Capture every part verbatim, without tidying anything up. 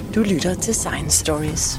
Du lytter til Science Stories.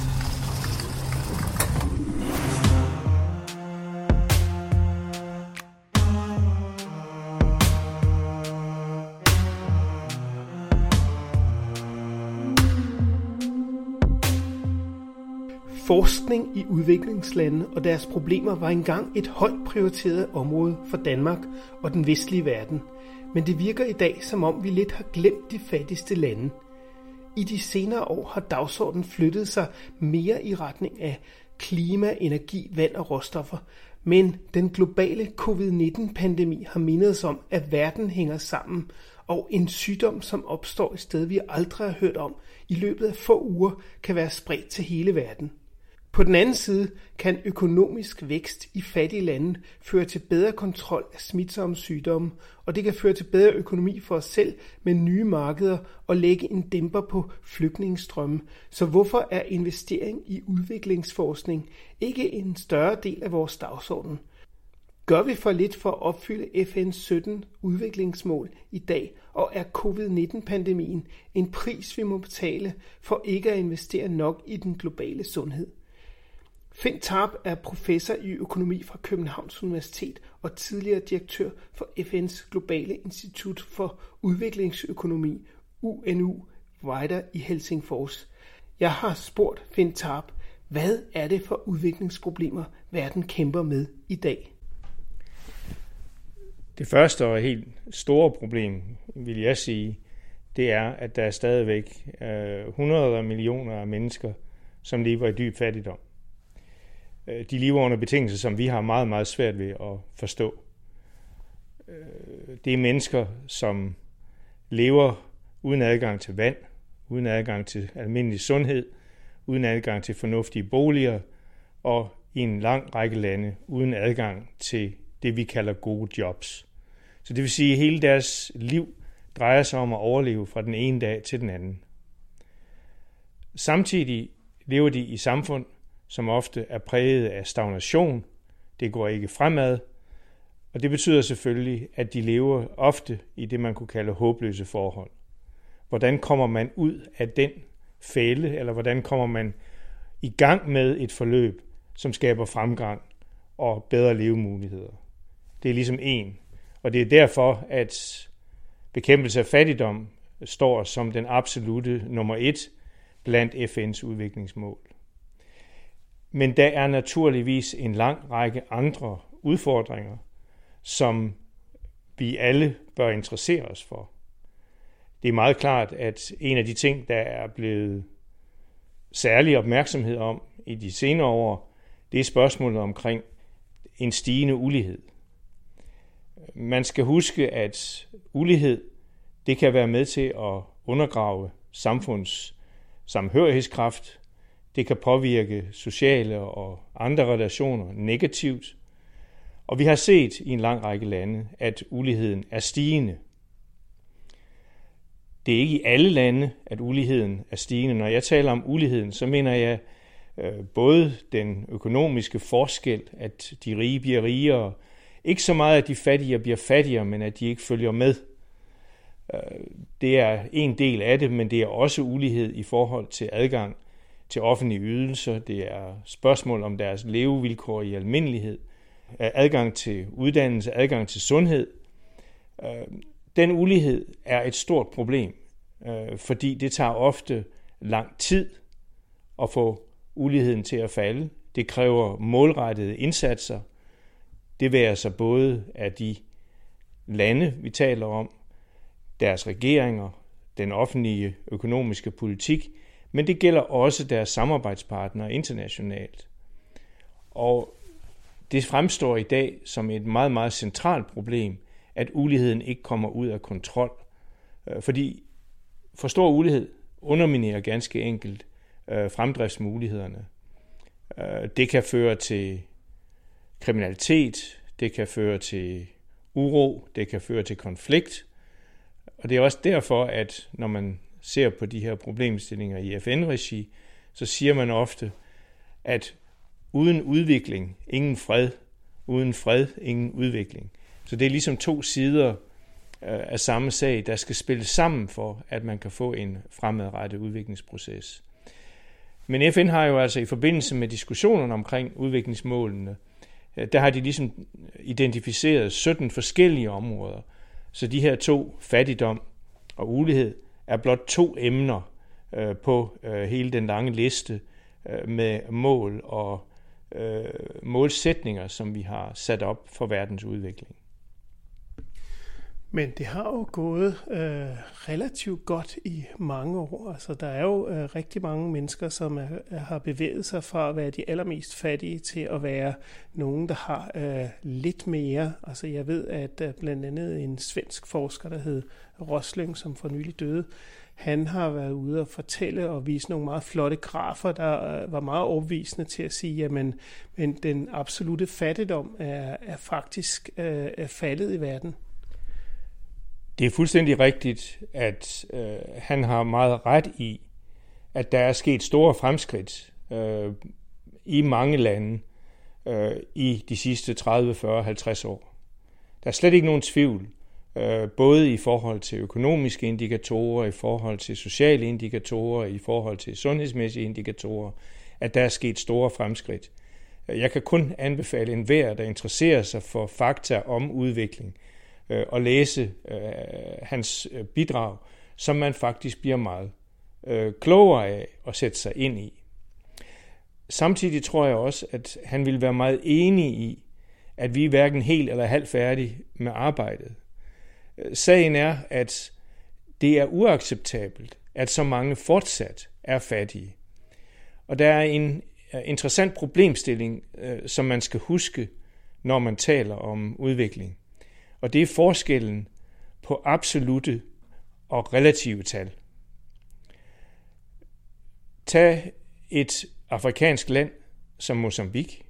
Forskning i udviklingslande og deres problemer var engang et højt prioriteret område for Danmark og den vestlige verden, men det virker i dag, som om vi lidt har glemt de fattigste lande. I de senere år har dagsordenen flyttet sig mere i retning af klima, energi, vand og råstoffer, men den globale covid nitten pandemi har mindet os om, at verden hænger sammen, og en sygdom, som opstår et sted, vi aldrig har hørt om, i løbet af få uger kan være spredt til hele verden. På den anden side kan økonomisk vækst i fattige lande føre til bedre kontrol af smitsomme sygdomme, og det kan føre til bedre økonomi for os selv med nye markeder og lægge en dæmper på flygtningestrømme. Så hvorfor er investering i udviklingsforskning ikke en større del af vores dagsorden? Gør vi for lidt for at opfylde F N's sytten udviklingsmål i dag, og er covid nitten pandemien en pris, vi må betale for ikke at investere nok i den globale sundhed? Finn Tarp er professor i økonomi fra Københavns Universitet og tidligere direktør for F N's Globale Institut for Udviklingsøkonomi, U N U, Wider i Helsingfors. Jeg har spurgt Finn Tarp, hvad er det for udviklingsproblemer, verden kæmper med i dag? Det første og helt store problem, vil jeg sige, det er, at der er stadigvæk øh, hundreder af millioner af mennesker, som lever i dyb fattigdom. De lever under betingelser, som vi har meget, meget svært ved at forstå. Det er mennesker, som lever uden adgang til vand, uden adgang til almindelig sundhed, uden adgang til fornuftige boliger, og i en lang række lande uden adgang til det, vi kalder gode jobs. Så det vil sige, at hele deres liv drejer sig om at overleve fra den ene dag til den anden. Samtidig lever de i samfund, som ofte er præget af stagnation. Det går ikke fremad, og det betyder selvfølgelig, at de lever ofte i det, man kunne kalde håbløse forhold. Hvordan kommer man ud af den fælde, eller hvordan kommer man i gang med et forløb, som skaber fremgang og bedre levemuligheder? Det er ligesom en, og det er derfor, at bekæmpelse af fattigdom står som den absolute nummer et blandt F N's udviklingsmål. Men der er naturligvis en lang række andre udfordringer, som vi alle bør interessere os for. Det er meget klart, at en af de ting, der er blevet særlig opmærksomhed om i de senere år, det er spørgsmålet omkring en stigende ulighed. Man skal huske, at ulighed, det kan være med til at undergrave samfunds samhørighedskraft. Det kan påvirke sociale og andre relationer negativt. Og vi har set i en lang række lande, at uligheden er stigende. Det er ikke i alle lande, at uligheden er stigende. Når jeg taler om uligheden, så mener jeg øh, både den økonomiske forskel, at de rige bliver rigere. Ikke så meget, at de fattige bliver fattigere, men at de ikke følger med. Øh, det er en del af det, men det er også ulighed i forhold til adgang til offentlige ydelser. Det er spørgsmål om deres levevilkår i almindelighed, adgang til uddannelse, adgang til sundhed. Den ulighed er et stort problem, fordi det tager ofte lang tid at få uligheden til at falde. Det kræver målrettede indsatser. Det værer sig både af de lande, vi taler om, deres regeringer, den offentlige økonomiske politik, men det gælder også deres samarbejdspartnere internationalt. Og det fremstår i dag som et meget, meget centralt problem, at uligheden ikke kommer ud af kontrol. Fordi for stor ulighed underminerer ganske enkelt fremdriftsmulighederne. Det kan føre til kriminalitet, det kan føre til uro, det kan føre til konflikt. Og det er også derfor, at når man ser på de her problemstillinger i F N-regi, så siger man ofte, at uden udvikling, ingen fred, uden fred, ingen udvikling. Så det er ligesom to sider af samme sag, der skal spille sammen for, at man kan få en fremadrettet udviklingsproces. Men F N har jo altså i forbindelse med diskussionerne omkring udviklingsmålene, der har de ligesom identificeret sytten forskellige områder. Så de her to, fattigdom og ulighed, er blot to emner øh, på øh, hele den lange liste øh, med mål og øh, målsætninger, som vi har sat op for verdens udvikling. Men det har jo gået øh, relativt godt i mange år. Altså, der er jo øh, rigtig mange mennesker, som er, er, har bevæget sig fra at være de allermest fattige til at være nogen, der har øh, lidt mere. Altså, jeg ved, at øh, blandt andet en svensk forsker, der hed Rosling, som for nylig døde, han har været ude og fortælle og vise nogle meget flotte grafer, der øh, var meget overbevisende til at sige, at men, men den absolute fattigdom er, er faktisk øh, er faldet i verden. Det er fuldstændig rigtigt, at øh, han har meget ret i, at der er sket store fremskridt øh, i mange lande øh, i de sidste tredive, fyrre, halvtreds år. Der er slet ikke nogen tvivl, øh, både i forhold til økonomiske indikatorer, i forhold til sociale indikatorer, i forhold til sundhedsmæssige indikatorer, at der er sket store fremskridt. Jeg kan kun anbefale enhver, der interesserer sig for fakta om udvikling, og læse øh, hans bidrag, som man faktisk bliver meget øh, klogere af at sætte sig ind i. Samtidig tror jeg også, at han vil være meget enig i, at vi er hverken helt eller halvt færdige med arbejdet. Sagen er, at det er uacceptabelt, at så mange fortsat er fattige. Og der er en interessant problemstilling, øh, som man skal huske, når man taler om udvikling. Og det er forskellen på absolutte og relative tal. Tag et afrikansk land som Mozambique.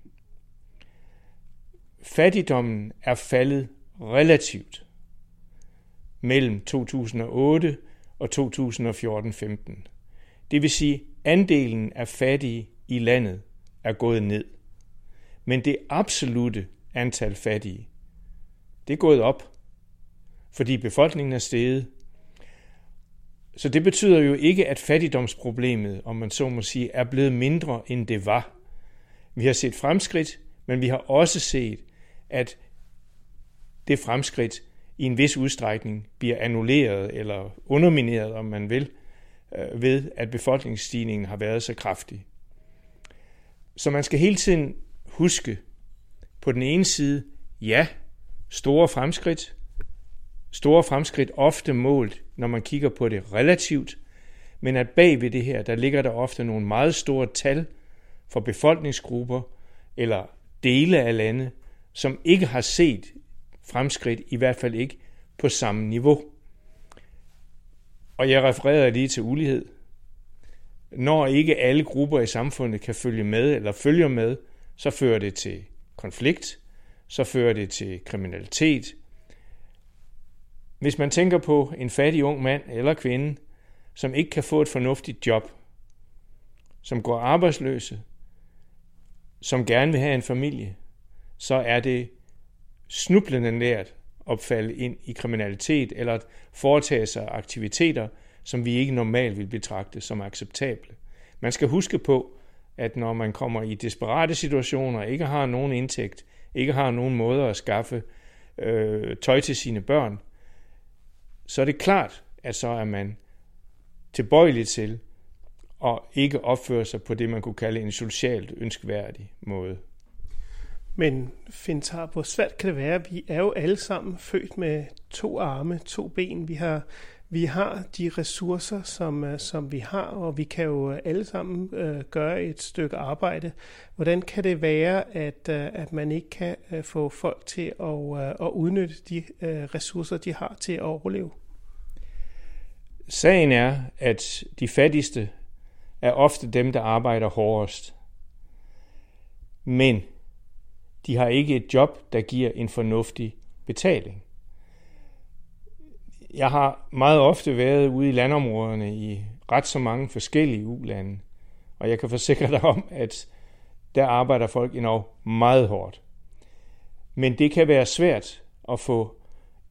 Fattigdommen er faldet relativt mellem to tusind og otte og to tusind og fjorten femten. Det vil sige, at andelen af fattige i landet er gået ned. Men det absolutte antal fattige, det er gået op, fordi befolkningen er steget. Så det betyder jo ikke, at fattigdomsproblemet, om man så må sige, er blevet mindre, end det var. Vi har set fremskridt, men vi har også set, at det fremskridt i en vis udstrækning bliver annulleret eller undermineret, om man vil, ved at befolkningsstigningen har været så kraftig. Så man skal hele tiden huske, på den ene side, ja, store fremskridt, store fremskridt ofte målt, når man kigger på det relativt, men at bag ved det her, der ligger der ofte nogle meget store tal for befolkningsgrupper eller dele af lande, som ikke har set fremskridt, i hvert fald ikke på samme niveau. Og jeg refererede lige til ulighed. Når ikke alle grupper i samfundet kan følge med eller følger med, så fører det til konflikt, så fører det til kriminalitet. Hvis man tænker på en fattig ung mand eller kvinde, som ikke kan få et fornuftigt job, som går arbejdsløse, som gerne vil have en familie, så er det snublende nært at falde ind i kriminalitet eller at foretage sig aktiviteter, som vi ikke normalt vil betragte som acceptable. Man skal huske på, at når man kommer i desperate situationer, ikke har nogen indtægt, ikke har nogen måder at skaffe øh, tøj til sine børn, så er det klart, at så er man tilbøjelig til at ikke opføre sig på det, man kunne kalde en socialt ønskværdig måde. Men Fintar, hvor svært kan det være? Vi er jo alle sammen født med to arme, to ben. Vi har, vi har de ressourcer, som, som vi har, og vi kan jo alle sammen øh, gøre et stykke arbejde. Hvordan kan det være, at, øh, at man ikke kan øh, få folk til at, øh, at udnytte de øh, ressourcer, de har til at overleve? Sagen er, at de fattigste er ofte dem, der arbejder hårdest. Men de har ikke et job, der giver en fornuftig betaling. Jeg har meget ofte været ude i landområderne i ret så mange forskellige u-lande, og jeg kan forsikre dig om, at der arbejder folk endnu meget hårdt. Men det kan være svært at få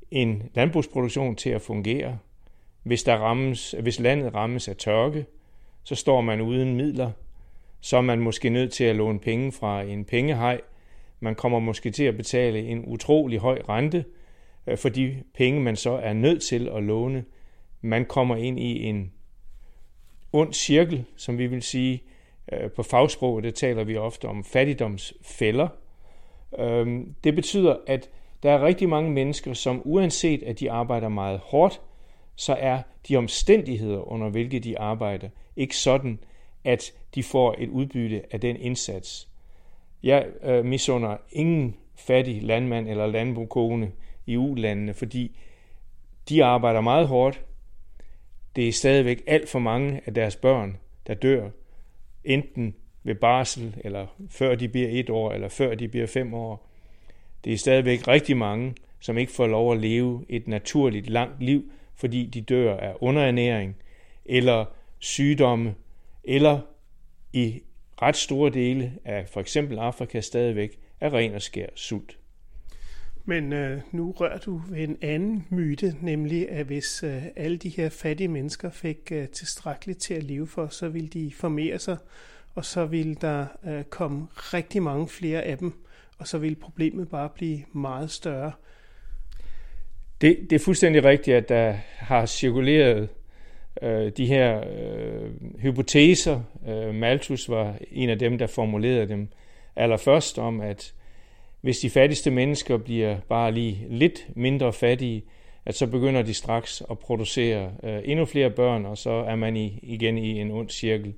en landbrugsproduktion til at fungere. Hvis, der rammes, hvis landet rammes af tørke, så står man uden midler. Så er man måske nødt til at låne penge fra en pengehaj. Man kommer måske til at betale en utrolig høj rente for de penge, man så er nødt til at låne. Man kommer ind i en ond cirkel, som vi vil sige. På fagsproget, det taler vi ofte om fattigdomsfælder. Det betyder, at der er rigtig mange mennesker, som uanset at de arbejder meget hårdt, så er de omstændigheder, under hvilke de arbejder, ikke sådan, at de får et udbytte af den indsats. Jeg øh, misunder ingen fattig landmand eller landbrugskone i u-landene, fordi de arbejder meget hårdt. Det er stadigvæk alt for mange af deres børn, der dør, enten ved barsel, eller før de bliver et år, eller før de bliver fem år. Det er stadigvæk rigtig mange, som ikke får lov at leve et naturligt langt liv, fordi de dør af underernæring, eller sygdomme, eller i ret store dele af for eksempel Afrika stadigvæk af ren og skær sult. Men øh, nu rører du ved en anden myte, nemlig at hvis øh, alle de her fattige mennesker fik øh, tilstrækkeligt til at leve for, så ville de formere sig, og så ville der øh, komme rigtig mange flere af dem, og så ville problemet bare blive meget større. Det, det er fuldstændig rigtigt, at der har cirkuleret øh, de her øh, hypoteser. Øh, Malthus var en af dem, der formulerede dem allerførst om, at hvis de fattigste mennesker bliver bare lige lidt mindre fattige, at så begynder de straks at producere øh, endnu flere børn, og så er man i, igen i en ond cirkel.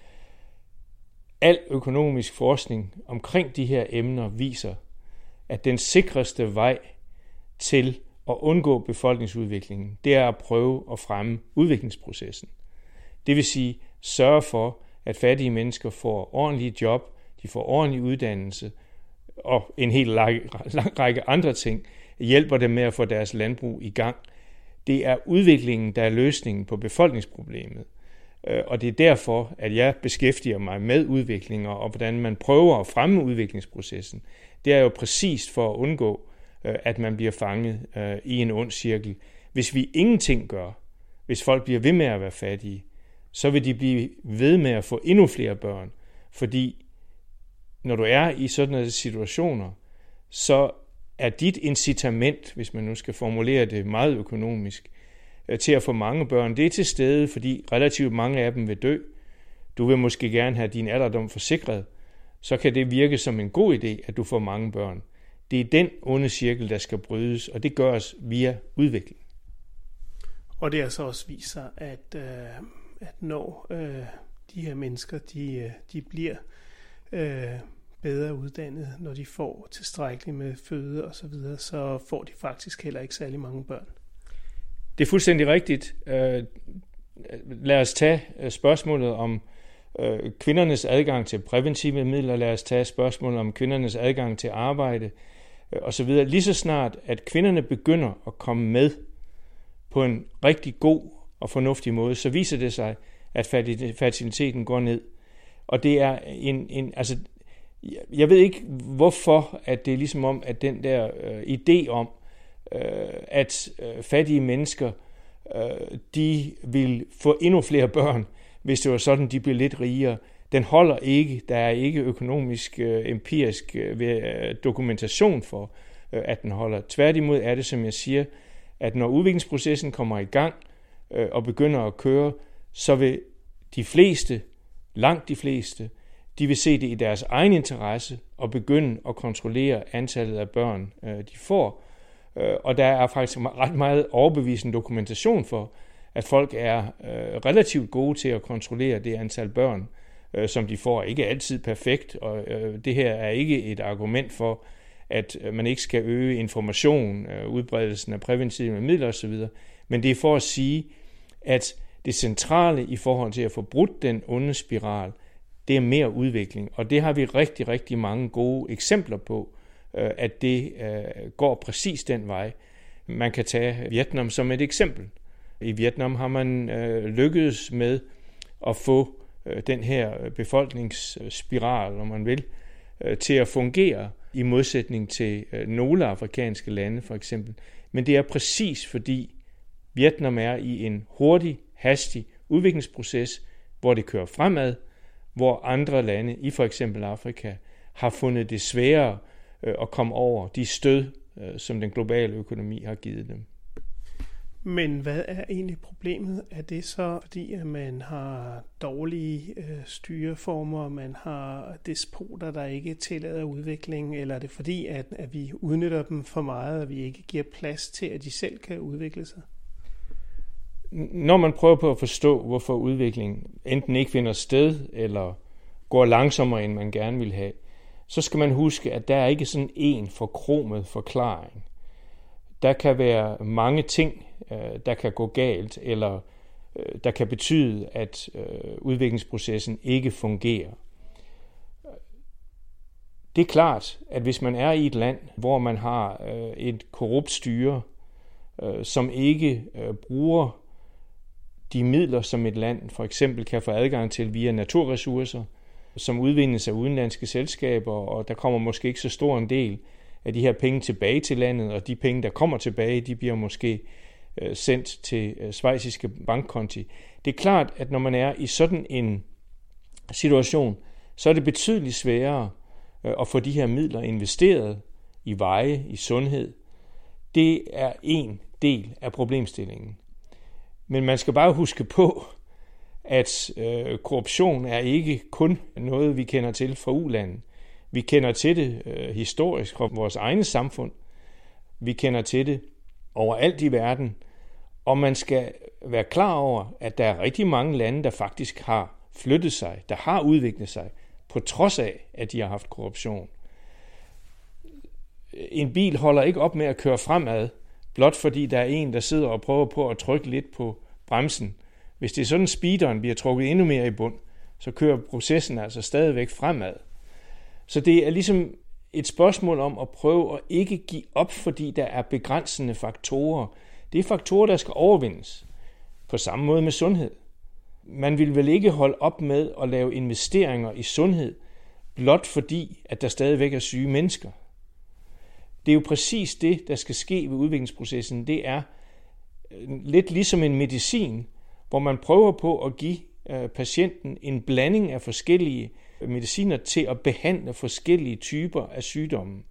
Al økonomisk forskning omkring de her emner viser, at den sikreste vej til at undgå befolkningsudviklingen, det er at prøve at fremme udviklingsprocessen. Det vil sige sørge for, at fattige mennesker får ordentlige job, de får ordentlig uddannelse, og en hel lang række andre ting hjælper dem med at få deres landbrug i gang. Det er udviklingen, der er løsningen på befolkningsproblemet. Og det er derfor, at jeg beskæftiger mig med udviklinger, og hvordan man prøver at fremme udviklingsprocessen. Det er jo præcis for at undgå, at man bliver fanget i en ond cirkel. Hvis vi ingenting gør, hvis folk bliver ved med at være fattige, så vil de blive ved med at få endnu flere børn, fordi når du er i sådan nogle situationer, så er dit incitament, hvis man nu skal formulere det meget økonomisk, til at få mange børn, det er til stede, fordi relativt mange af dem vil dø. Du vil måske gerne have din alderdom forsikret, så kan det virke som en god idé, at du får mange børn. Det er den onde cirkel, der skal brydes, og det gøres via udvikling. Og det har så også vist sig, at, øh, at når øh, de her mennesker, de, de bliver øh, bedre uddannet, når de får tilstrækkeligt med føde og så videre, så får de faktisk heller ikke særlig mange børn. Det er fuldstændig rigtigt. Lad os tage spørgsmålet om kvindernes adgang til præventive midler, lad os tage spørgsmålet om kvindernes adgang til arbejde osv. Lige så snart, at kvinderne begynder at komme med på en rigtig god og fornuftig måde, så viser det sig, at fertiliteten går ned. Og det er en, en altså, jeg ved ikke hvorfor, at det er ligesom om, at den der øh, idé om, øh, at øh, fattige mennesker, øh, de vil få endnu flere børn, hvis det var sådan, de blev lidt rigere. Den holder ikke. Der er ikke økonomisk, øh, empirisk øh, dokumentation for, øh, at den holder. Tværtimod er det, som jeg siger, at når udviklingsprocessen kommer i gang øh, og begynder at køre, så vil de fleste, langt de fleste, de vil se det i deres egen interesse og begynde at kontrollere antallet af børn, øh, de får. Øh, og der er faktisk ret meget overbevisende dokumentation for, at folk er øh, relativt gode til at kontrollere det antal børn, øh, som de får. Ikke altid perfekt, og øh, det her er ikke et argument for, at man ikke skal øge information, øh, udbredelsen af præventive midler osv., men det er for at sige, at det centrale i forhold til at få brudt den onde spiral, det er mere udvikling, og det har vi rigtig, rigtig mange gode eksempler på, øh, at det øh, går præcis den vej. Man kan tage Vietnam som et eksempel. I Vietnam har man øh, lykkedes med at få øh, den her befolkningsspiral, om man vil, øh, til at fungere. i modsætning til nogle afrikanske lande for eksempel. Men det er præcis fordi Vietnam er i en hurtig, hastig udviklingsproces, hvor det kører fremad, hvor andre lande i for eksempel Afrika har fundet det sværere at komme over de stød, som den globale økonomi har givet dem. Men hvad er egentlig problemet? Er det så fordi, at man har dårlige øh, styreformer, man har despoter, der ikke tillader udvikling, eller er det fordi, at, at vi udnytter dem for meget, og vi ikke giver plads til, at de selv kan udvikle sig? Når man prøver på at forstå, hvorfor udviklingen enten ikke finder sted, eller går langsommere, end man gerne vil have, så skal man huske, at der er ikke sådan en forkromet forklaring. Der kan være mange ting, der kan gå galt, eller der kan betyde, at udviklingsprocessen ikke fungerer. Det er klart, at hvis man er i et land, hvor man har et korrupt styre, som ikke bruger de midler, som et land for eksempel kan få adgang til via naturressourcer, som udvindes af udenlandske selskaber, og der kommer måske ikke så stor en del af de her penge tilbage til landet, og de penge, der kommer tilbage, de bliver måske øh, sendt til øh, schweiziske bankkonti. Det er klart, at når man er i sådan en situation, så er det betydeligt sværere øh, at få de her midler investeret i veje, i sundhed. Det er en del af problemstillingen. Men man skal bare huske på, at øh, korruption er ikke kun noget, vi kender til fra u-landen. Vi kender til det øh, historisk fra vores egne samfund. Vi kender til det overalt i verden. Og man skal være klar over, at der er rigtig mange lande, der faktisk har flyttet sig, der har udviklet sig, på trods af, at de har haft korruption. En bil holder ikke op med at køre fremad, blot fordi der er en, der sidder og prøver på at trykke lidt på bremsen. Hvis det er sådan, speederen bliver trukket endnu mere i bund, så kører processen altså stadigvæk fremad. Så det er ligesom et spørgsmål om at prøve at ikke give op, fordi der er begrænsende faktorer. Det er faktorer, der skal overvindes. På samme måde med sundhed. Man vil vel ikke holde op med at lave investeringer i sundhed, blot fordi, at der stadigvæk er syge mennesker. Det er jo præcis det, der skal ske ved udviklingsprocessen. Det er lidt ligesom en medicin, hvor man prøver på at give patienten en blanding af forskellige mediciner til at behandle forskellige typer af sygdomme.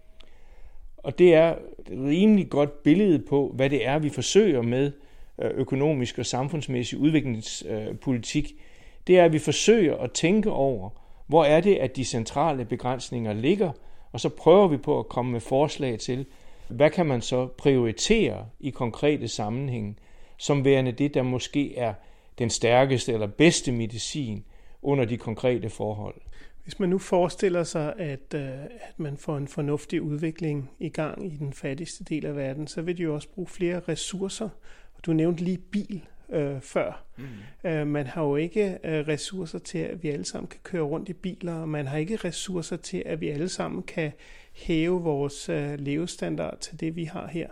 Og det er et rimelig godt billede på, hvad det er, vi forsøger med økonomisk og samfundsmæssig udviklingspolitik. Det er, at vi forsøger at tænke over, hvor er det, at de centrale begrænsninger ligger, og så prøver vi på at komme med forslag til, hvad kan man så prioritere i konkrete sammenhæng, som værende det, der måske er den stærkeste eller bedste medicin under de konkrete forhold. Hvis man nu forestiller sig, at, at man får en fornuftig udvikling i gang i den fattigste del af verden, så vil de jo også bruge flere ressourcer. Du nævnte lige bil øh, før. Mm. Øh, man har jo ikke øh, ressourcer til, at vi alle sammen kan køre rundt i biler, og man har ikke ressourcer til, at vi alle sammen kan hæve vores øh, levestandard til det, vi har her.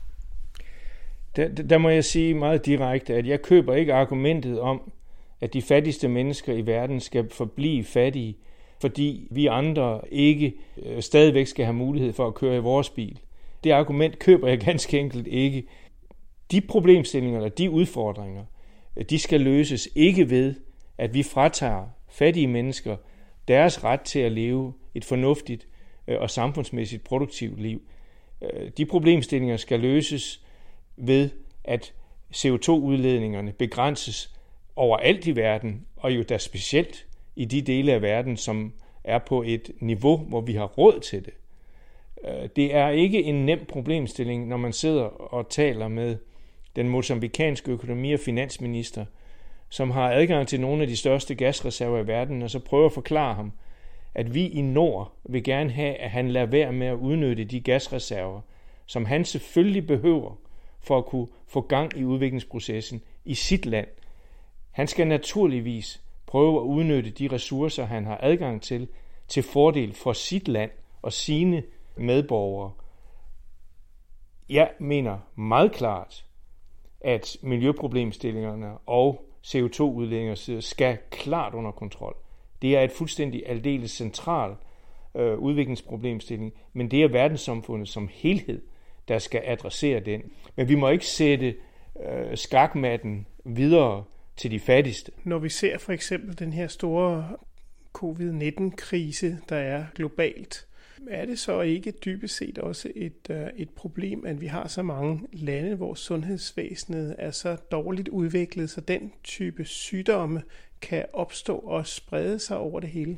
Der, der må jeg sige meget direkte, at jeg køber ikke argumentet om, at de fattigste mennesker i verden skal forblive fattige, fordi vi andre ikke øh, stadigvæk skal have mulighed for at køre i vores bil. Det argument køber jeg ganske enkelt ikke. De problemstillinger eller de udfordringer, de skal løses ikke ved, at vi fratager fattige mennesker deres ret til at leve et fornuftigt og samfundsmæssigt produktivt liv. De problemstillinger skal løses ved, at C O to udledningerne begrænses overalt i verden, og jo da specielt i de dele af verden, som er på et niveau, hvor vi har råd til det. Det er ikke en nem problemstilling, når man sidder og taler med den mozambikanske økonomi- og finansminister, som har adgang til nogle af de største gasreserver i verden, og så prøver at forklare ham, at vi i nord vil gerne have, at han lader være med at udnytte de gasreserver, som han selvfølgelig behøver for at kunne få gang i udviklingsprocessen i sit land. Han skal naturligvis prøve at udnytte de ressourcer, han har adgang til, til fordel for sit land og sine medborgere. Jeg mener meget klart, at miljøproblemstillingerne og C O to udledninger skal klart under kontrol. Det er et fuldstændig aldeles centralt øh, udviklingsproblemstilling, men det er verdenssamfundet som helhed, der skal adressere den. Men vi må ikke sætte øh, skakmatten videre til de fattigste. Når vi ser for eksempel den her store covid nitten-krise, der er globalt, er det så ikke dybest set også et, et problem, at vi har så mange lande, hvor sundhedsvæsenet er så dårligt udviklet, så den type sygdomme kan opstå og sprede sig over det hele?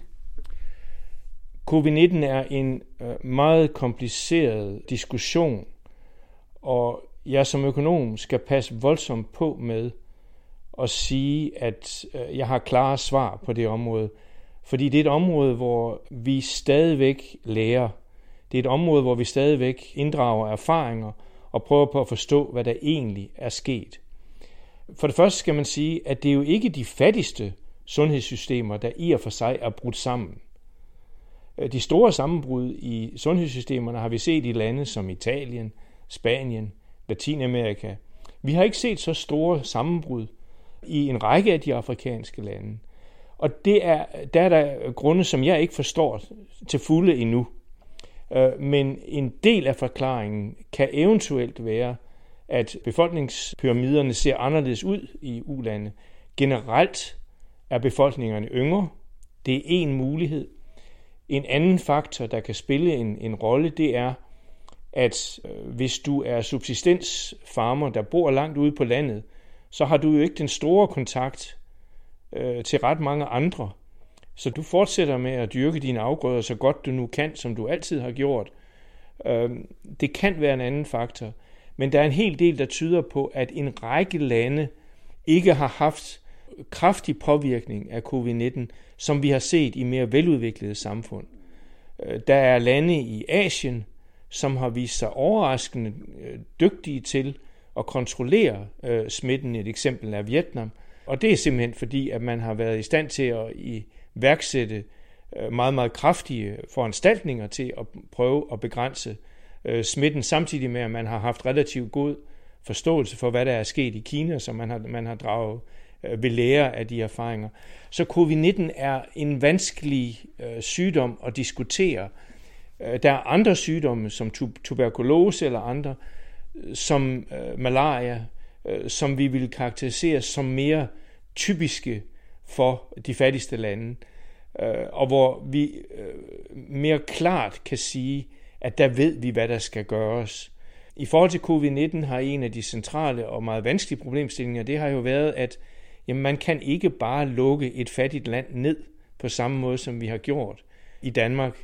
covid nitten er en meget kompliceret diskussion, og jeg som økonom skal passe voldsomt på med at sige, at jeg har klare svar på det område. Fordi det er et område, hvor vi stadigvæk lærer. Det er et område, hvor vi stadigvæk inddrager erfaringer og prøver på at forstå, hvad der egentlig er sket. For det første skal man sige, at det er jo ikke de fattigste sundhedssystemer, der i og for sig er brudt sammen. De store sammenbrud i sundhedssystemerne har vi set i lande som Italien, Spanien, Latinamerika. Vi har ikke set så store sammenbrud i en række af de afrikanske lande. Og det er, der er der grunde, som jeg ikke forstår til fulde endnu. Men en del af forklaringen kan eventuelt være, at befolkningspyramiderne ser anderledes ud i u-lande. Generelt er befolkningerne yngre. Det er en mulighed. En anden faktor, der kan spille en, en rolle, det er, at hvis du er subsistensfarmer, der bor langt ude på landet, så har du jo ikke den store kontakt til ret mange andre. Så du fortsætter med at dyrke dine afgrøder så godt du nu kan, som du altid har gjort. Det kan være en anden faktor. Men der er en hel del, der tyder på, at en række lande ikke har haft kraftig påvirkning af covid nitten, som vi har set i mere veludviklede samfund. Der er lande i Asien, som har vist sig overraskende dygtige til at kontrollere smitten. Et eksempel er Vietnam. Og det er simpelthen fordi, at man har været i stand til at iværksætte meget, meget kraftige foranstaltninger til at prøve at begrænse smitten, samtidig med, at man har haft relativt god forståelse for, hvad der er sket i Kina, så man har, man har draget ved lære af de erfaringer. Så covid nitten er en vanskelig sygdom at diskutere. Der er andre sygdomme, som tuberkulose eller andre, som malaria, som vi vil karakterisere som mere typiske for de fattigste lande, og hvor vi mere klart kan sige, at der ved vi, hvad der skal gøres. I forhold til covid nitten har en af de centrale og meget vanskelige problemstillinger, det har jo været, at jamen, man kan ikke bare lukke et fattigt land ned på samme måde, som vi har gjort i Danmark.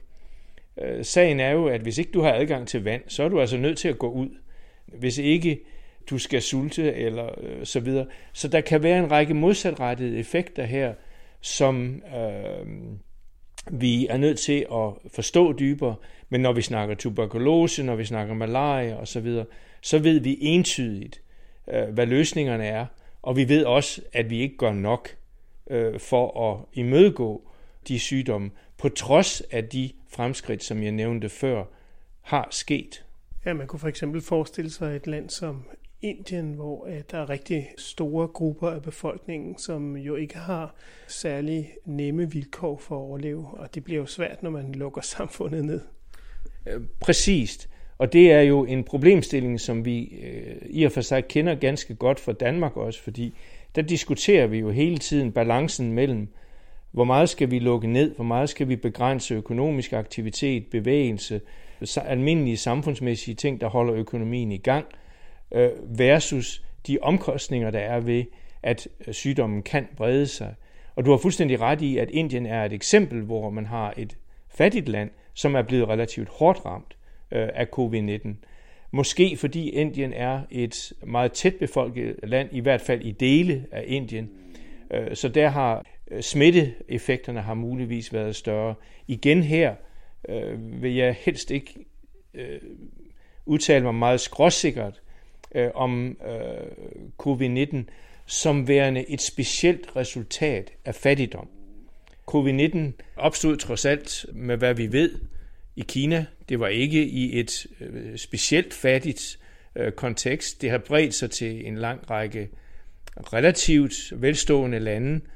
Sagen er jo, at hvis ikke du har adgang til vand, så er du altså nødt til at gå ud. Hvis ikke du skal sulte eller øh, så videre. Så der kan være en række modsatrettede effekter her, som øh, vi er nødt til at forstå dybere. Men når vi snakker tuberkulose, når vi snakker malaria og så videre, så ved vi entydigt, øh, hvad løsningerne er. Og vi ved også, at vi ikke gør nok øh, for at imødegå de sygdomme, på trods af de fremskridt, som jeg nævnte før, har sket. Ja, man kunne for eksempel forestille sig et land som Indien, hvor der er rigtig store grupper af befolkningen, som jo ikke har særlig nemme vilkår for at overleve, og det bliver jo svært, når man lukker samfundet ned. Præcist, og det er jo en problemstilling, som vi øh, i og for sig kender ganske godt fra Danmark også, fordi der diskuterer vi jo hele tiden balancen mellem, hvor meget skal vi lukke ned, hvor meget skal vi begrænse økonomisk aktivitet, bevægelse, almindelige samfundsmæssige ting, der holder økonomien i gang, versus de omkostninger, der er ved, at sygdommen kan brede sig. Og du har fuldstændig ret i, at Indien er et eksempel, hvor man har et fattigt land, som er blevet relativt hårdt ramt af covid nitten. Måske fordi Indien er et meget tæt befolket land, i hvert fald i dele af Indien. Så der har smitteeffekterne har muligvis været større. Igen her vil jeg helst ikke udtale mig meget skråsikkert om covid nitten som værende et specielt resultat af fattigdom. covid nitten opstod trods alt med, hvad vi ved, i Kina. Det var ikke i et specielt fattigt kontekst. Det har bredt sig til en lang række relativt velstående lande,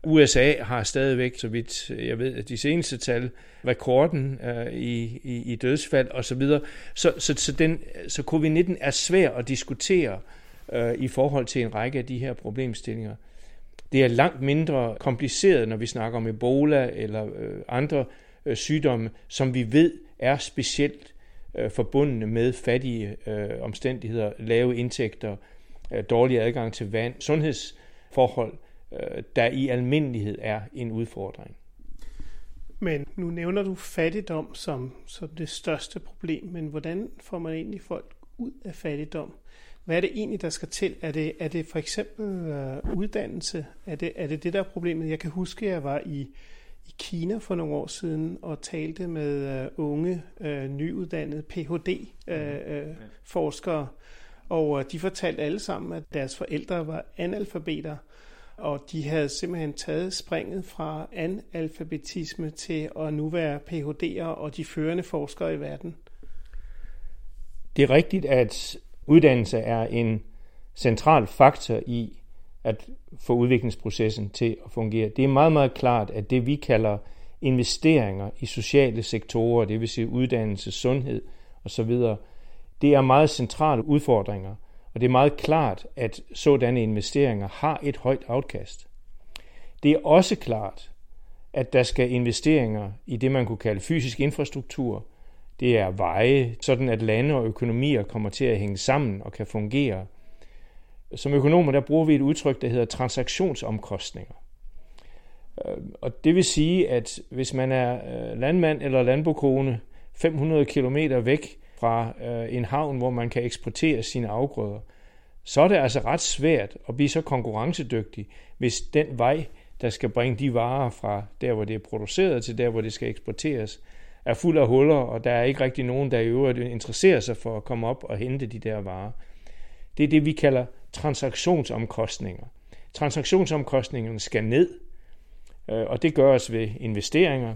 U S A har stadigvæk, så vidt jeg ved, de seneste tal, rekorden øh, i, i, i dødsfald osv. Så, så, så, den, så covid nitten er svær at diskutere øh, i forhold til en række af de her problemstillinger. Det er langt mindre kompliceret, når vi snakker om Ebola eller øh, andre øh, sygdomme, som vi ved er specielt øh, forbundne med fattige øh, omstændigheder, lave indtægter, øh, dårlig adgang til vand, sundhedsforhold, øh, der i almindelighed er en udfordring. Men nu nævner du fattigdom som, som det største problem, men hvordan får man egentlig folk ud af fattigdom? Hvad er det egentlig, der skal til? Er det, er det for eksempel øh, uddannelse? Er det, er det det, der er problemet? Jeg kan huske, at jeg var i, i Kina for nogle år siden og talte med øh, unge, øh, nyuddannede P H D-forskere. Øh, og øh, de fortalte alle sammen, at deres forældre var analfabeter. Og de havde simpelthen taget springet fra analfabetisme til at nu være P H D'ere og de førende forskere i verden. Det er rigtigt, at uddannelse er en central faktor i at få udviklingsprocessen til at fungere. Det er meget, meget klart, at det vi kalder investeringer i sociale sektorer, det vil sige uddannelse, sundhed osv., det er meget centrale udfordringer. Og det er meget klart, at sådanne investeringer har et højt afkast. Det er også klart, at der skal investeringer i det, man kunne kalde fysisk infrastruktur. Det er veje, sådan at lande og økonomier kommer til at hænge sammen og kan fungere. Som økonomer, der bruger vi et udtryk, der hedder transaktionsomkostninger. Og det vil sige, at hvis man er landmand eller landbokone fem hundrede kilometer væk fra en havn, hvor man kan eksportere sine afgrøder, så er det altså ret svært at blive så konkurrencedygtig, hvis den vej, der skal bringe de varer fra der, hvor det er produceret, til der, hvor det skal eksporteres, er fuld af huller, og der er ikke rigtig nogen, der i øvrigt interesserer sig for at komme op og hente de der varer. Det er det, vi kalder transaktionsomkostninger. Transaktionsomkostningerne skal ned, og det gøres ved investeringer.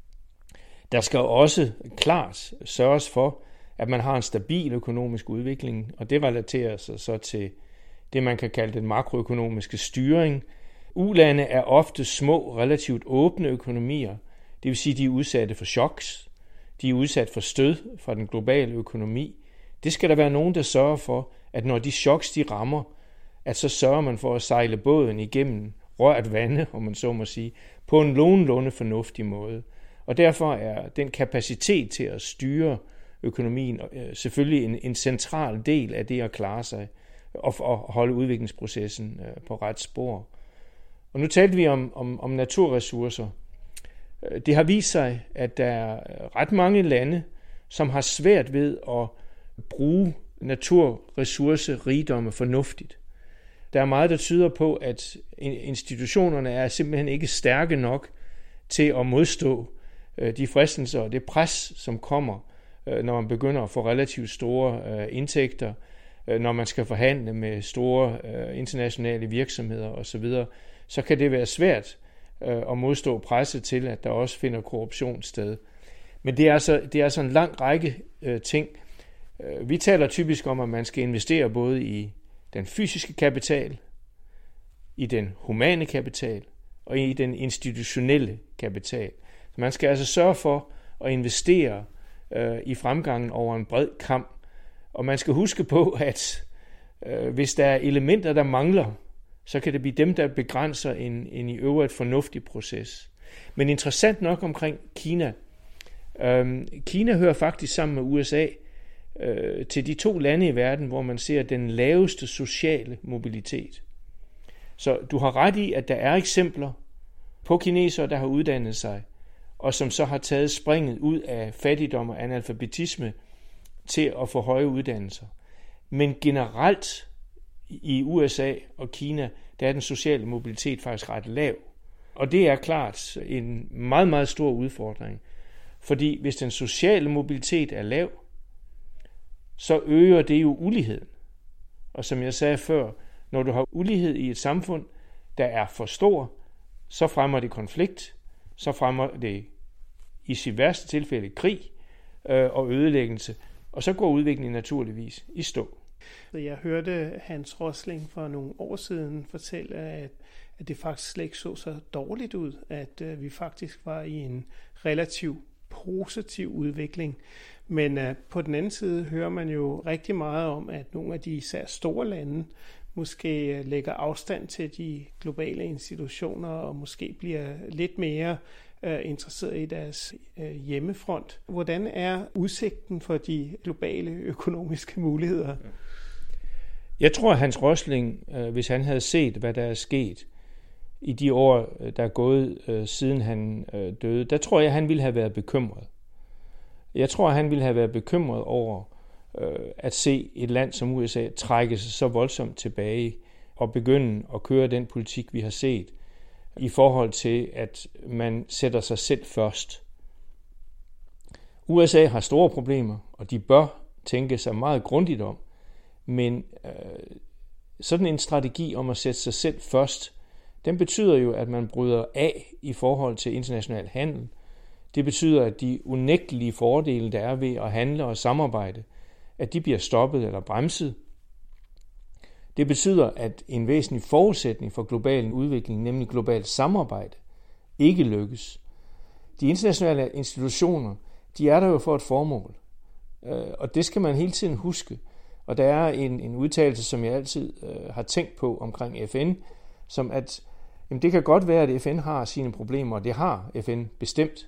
Der skal også klart sørges for, at man har en stabil økonomisk udvikling, og det relaterer sig så til det, man kan kalde den makroøkonomiske styring. U-lande er ofte små, relativt åbne økonomier, det vil sige, at de er udsatte for choks, de er udsat for stød fra den globale økonomi. Det skal der være nogen, der sørger for, at når de choks de rammer, at så sørger man for at sejle båden igennem rørt vande, om man så må sige, på en nogenlunde fornuftig måde. Og derfor er den kapacitet til at styre økonomien selvfølgelig en, en central del af det at klare sig og, og holde udviklingsprocessen på ret spor. Og nu talte vi om, om, om naturressourcer. Det har vist sig, at der er ret mange lande, som har svært ved at bruge naturressourcerigdomme fornuftigt. Der er meget, der tyder på, at institutionerne er simpelthen ikke stærke nok til at modstå de fristelser og det pres, som kommer, når man begynder at få relativt store indtægter, når man skal forhandle med store internationale virksomheder osv., så kan det være svært at modstå presset til, at der også finder korruption sted. Men det er altså, det er altså en lang række ting. Vi taler typisk om, at man skal investere både i den fysiske kapital, i den humane kapital og i den institutionelle kapital. Så man skal altså sørge for at investere øh, i fremgangen over en bred kam. Og man skal huske på, at øh, hvis der er elementer, der mangler, så kan det blive dem, der begrænser en, en i øvrigt fornuftig proces. Men interessant nok omkring Kina. Øh, Kina hører faktisk sammen med U S A øh, til de to lande i verden, hvor man ser den laveste sociale mobilitet. Så du har ret i, at der er eksempler på kinesere, der har uddannet sig, og som så har taget springet ud af fattigdom og analfabetisme til at få høje uddannelser. Men generelt i U S A og Kina, der er den sociale mobilitet faktisk ret lav. Og det er klart en meget, meget stor udfordring. Fordi hvis den sociale mobilitet er lav, så øger det jo uligheden. Og som jeg sagde før, når du har ulighed i et samfund, der er for stor, så fremmer det konflikt, så fremmer det i sit værste tilfælde krig øh, og ødelæggelse, og så går udviklingen naturligvis i stå. Jeg hørte Hans Rosling for nogle år siden fortælle, at, at det faktisk slet ikke så så dårligt ud, at øh, vi faktisk var i en relativt positiv udvikling. Men øh, på den anden side hører man jo rigtig meget om, at nogle af de især store lande måske øh, lægger afstand til de globale institutioner og måske bliver lidt mere øh, interesseret i deres øh, hjemmefront. Hvordan er udsigten for de globale økonomiske muligheder? Jeg tror, at Hans Rosling, øh, hvis han havde set, hvad der er sket i de år, der er gået øh, siden han øh, døde, der tror jeg, at han ville have været bekymret. Jeg tror, at han ville have været bekymret over øh, at se et land som U S A trække sig så voldsomt tilbage og begynde at køre den politik, vi har set, i forhold til, at man sætter sig selv først. U S A har store problemer, og de bør tænke sig meget grundigt om, men øh, sådan en strategi om at sætte sig selv først, den betyder jo, at man bryder af i forhold til international handel. Det betyder, at de unægtelige fordele, der er ved at handle og samarbejde, at de bliver stoppet eller bremset. Det betyder, at en væsentlig forudsætning for global udvikling, nemlig globalt samarbejde, ikke lykkes. De internationale institutioner, de er der jo for et formål, og det skal man hele tiden huske. Og der er en, en udtalelse, som jeg altid øh, har tænkt på omkring F N, som at jamen det kan godt være, at F N har sine problemer, og det har F N bestemt.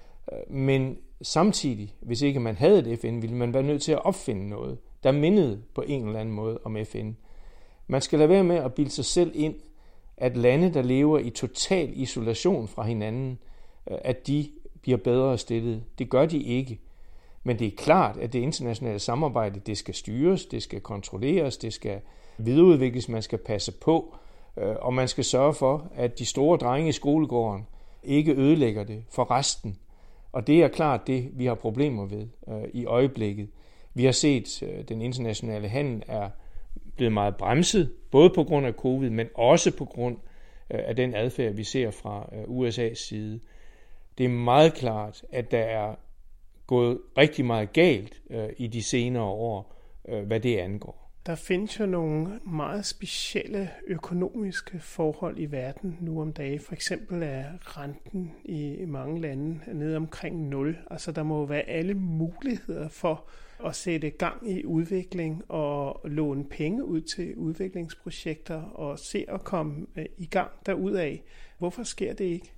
Men samtidig, hvis ikke man havde et F N, ville man være nødt til at opfinde noget, der mindede på en eller anden måde om F N. Man skal lade være med at bilde sig selv ind, at lande, der lever i total isolation fra hinanden, at de bliver bedre stillet. Det gør de ikke. Men det er klart, at det internationale samarbejde, det skal styres, det skal kontrolleres, det skal videreudvikles, man skal passe på, og man skal sørge for, at de store drenge i skolegården ikke ødelægger det for resten. Og det er klart det, vi har problemer ved øh, i øjeblikket. Vi har set, at øh, den internationale handel er blevet meget bremset, både på grund af covid, men også på grund øh, af den adfærd, vi ser fra øh, U S A's side. Det er meget klart, at der er gået rigtig meget galt øh, i de senere år, øh, hvad det angår. Der findes jo nogle meget specielle økonomiske forhold i verden nu om dagen. For eksempel er renten i mange lande nede omkring nul. Altså der må jo være alle muligheder for at sætte gang i udvikling og låne penge ud til udviklingsprojekter og se at komme i gang derudad. Hvorfor sker det ikke?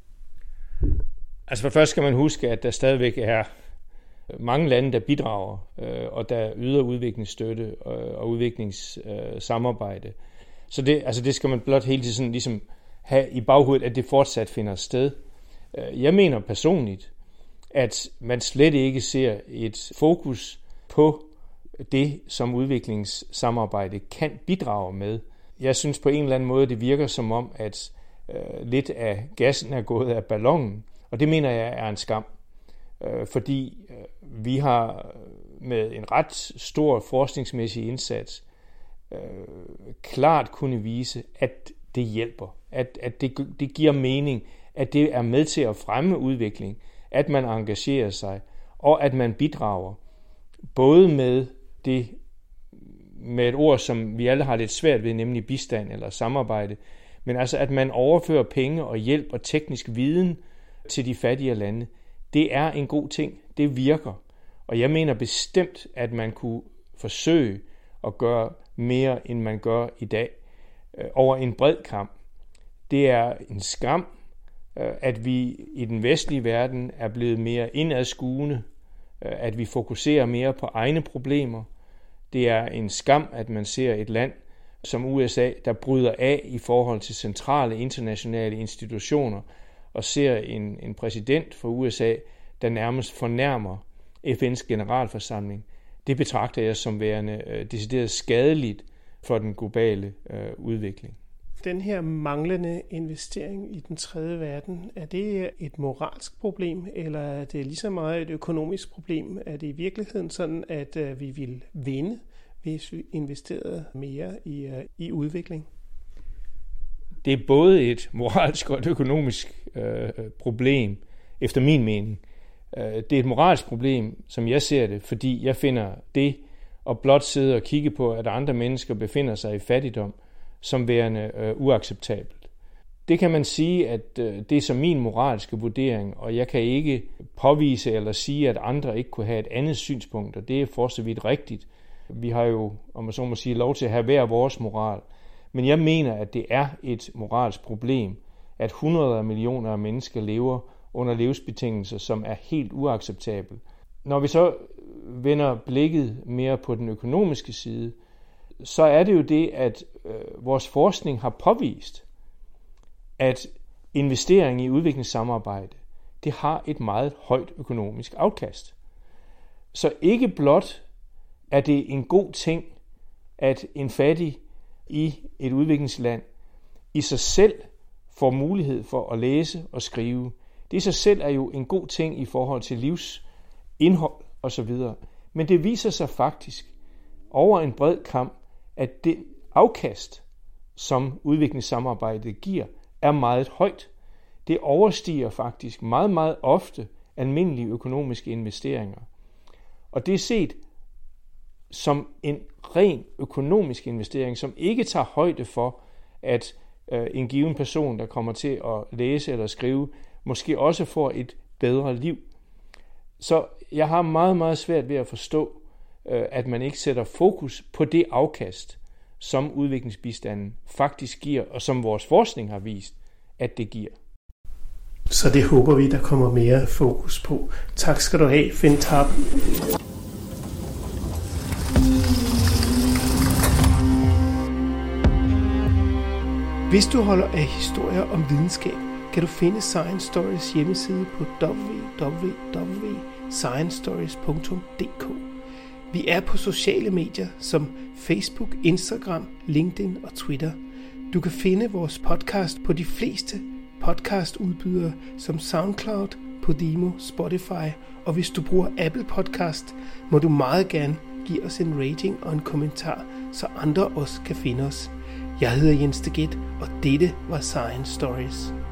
Altså for først skal man huske, at der stadigvæk er mange lande, der bidrager, øh, og der yder udviklingsstøtte øh, og udviklingssamarbejde. Øh, så det, altså det skal man blot hele tiden ligesom have i baghovedet, at det fortsat finder sted. Øh, jeg mener personligt, at man slet ikke ser et fokus på det, som udviklingssamarbejde kan bidrage med. Jeg synes på en eller anden måde, det virker som om, at øh, lidt af gassen er gået af ballonen, og det mener jeg er en skam. Fordi vi har med en ret stor forskningsmæssig indsats øh, klart kunne vise, at det hjælper, at, at det, det giver mening, at det er med til at fremme udvikling, at man engagerer sig, og at man bidrager, både med det, med et ord, som vi alle har lidt svært ved, nemlig bistand eller samarbejde, men altså at man overfører penge og hjælp og teknisk viden til de fattige lande. Det er en god ting. Det virker. Og jeg mener bestemt, at man kunne forsøge at gøre mere, end man gør i dag, øh, over en bred kamp. Det er en skam, øh, at vi i den vestlige verden er blevet mere indadskuende, øh, at vi fokuserer mere på egne problemer. Det er en skam, at man ser et land som U S A, der bryder af i forhold til centrale internationale institutioner, og ser en, en præsident for U S A, der nærmest fornærmer F N's generalforsamling. Det betragter jeg som værende øh, decideret skadeligt for den globale øh, udvikling. Den her manglende investering i den tredje verden, er det et moralsk problem, eller er det lige så meget et økonomisk problem? Er det i virkeligheden sådan, at øh, vi vil vinde, hvis vi investerede mere i, øh, i udvikling? Det er både et moralsk og et økonomisk øh, problem, efter min mening. Det er et moralsk problem, som jeg ser det, fordi jeg finder det at blot sidde og kigge på, at andre mennesker befinder sig i fattigdom, som værende øh, uacceptabelt. Det kan man sige, at det er som min moralske vurdering, og jeg kan ikke påvise eller sige, at andre ikke kunne have et andet synspunkt, og det er for så vidt rigtigt. Vi har jo, om man så må sige, lov til at have hver vores moral. Men jeg mener, at det er et moralsk problem, at hundreder af millioner af mennesker lever under livsbetingelser, som er helt uacceptable. Når vi så vender blikket mere på den økonomiske side, så er det jo det, at øh, vores forskning har påvist, at investering i udviklingssamarbejde, det har et meget højt økonomisk afkast. Så ikke blot er det en god ting, at en fattig i et udviklingsland i sig selv får mulighed for at læse og skrive. Det i sig selv er jo en god ting i forhold til livsindhold osv. Men det viser sig faktisk over en bred kamp, at det afkast, som udviklingssamarbejdet giver, er meget højt. Det overstiger faktisk meget, meget ofte almindelige økonomiske investeringer. Og det er set som en ren økonomisk investering, som ikke tager højde for, at øh, en given person, der kommer til at læse eller skrive, måske også får et bedre liv. Så jeg har meget, meget svært ved at forstå, øh, at man ikke sætter fokus på det afkast, som udviklingsbistanden faktisk giver, og som vores forskning har vist, at det giver. Så det håber vi, der kommer mere fokus på. Tak skal du have, Finn Tarp. Hvis du holder af historier om videnskab, kan du finde Science Stories hjemmeside på w w w punktum science stories punktum d k. Vi er på sociale medier som Facebook, Instagram, LinkedIn og Twitter. Du kan finde vores podcast på de fleste podcastudbydere som SoundCloud, Podimo, Spotify, og hvis du bruger Apple Podcast, må du meget gerne give os en rating og en kommentar, så andre også kan finde os. Jeg hedder Jens Deget, og dette var Science Stories.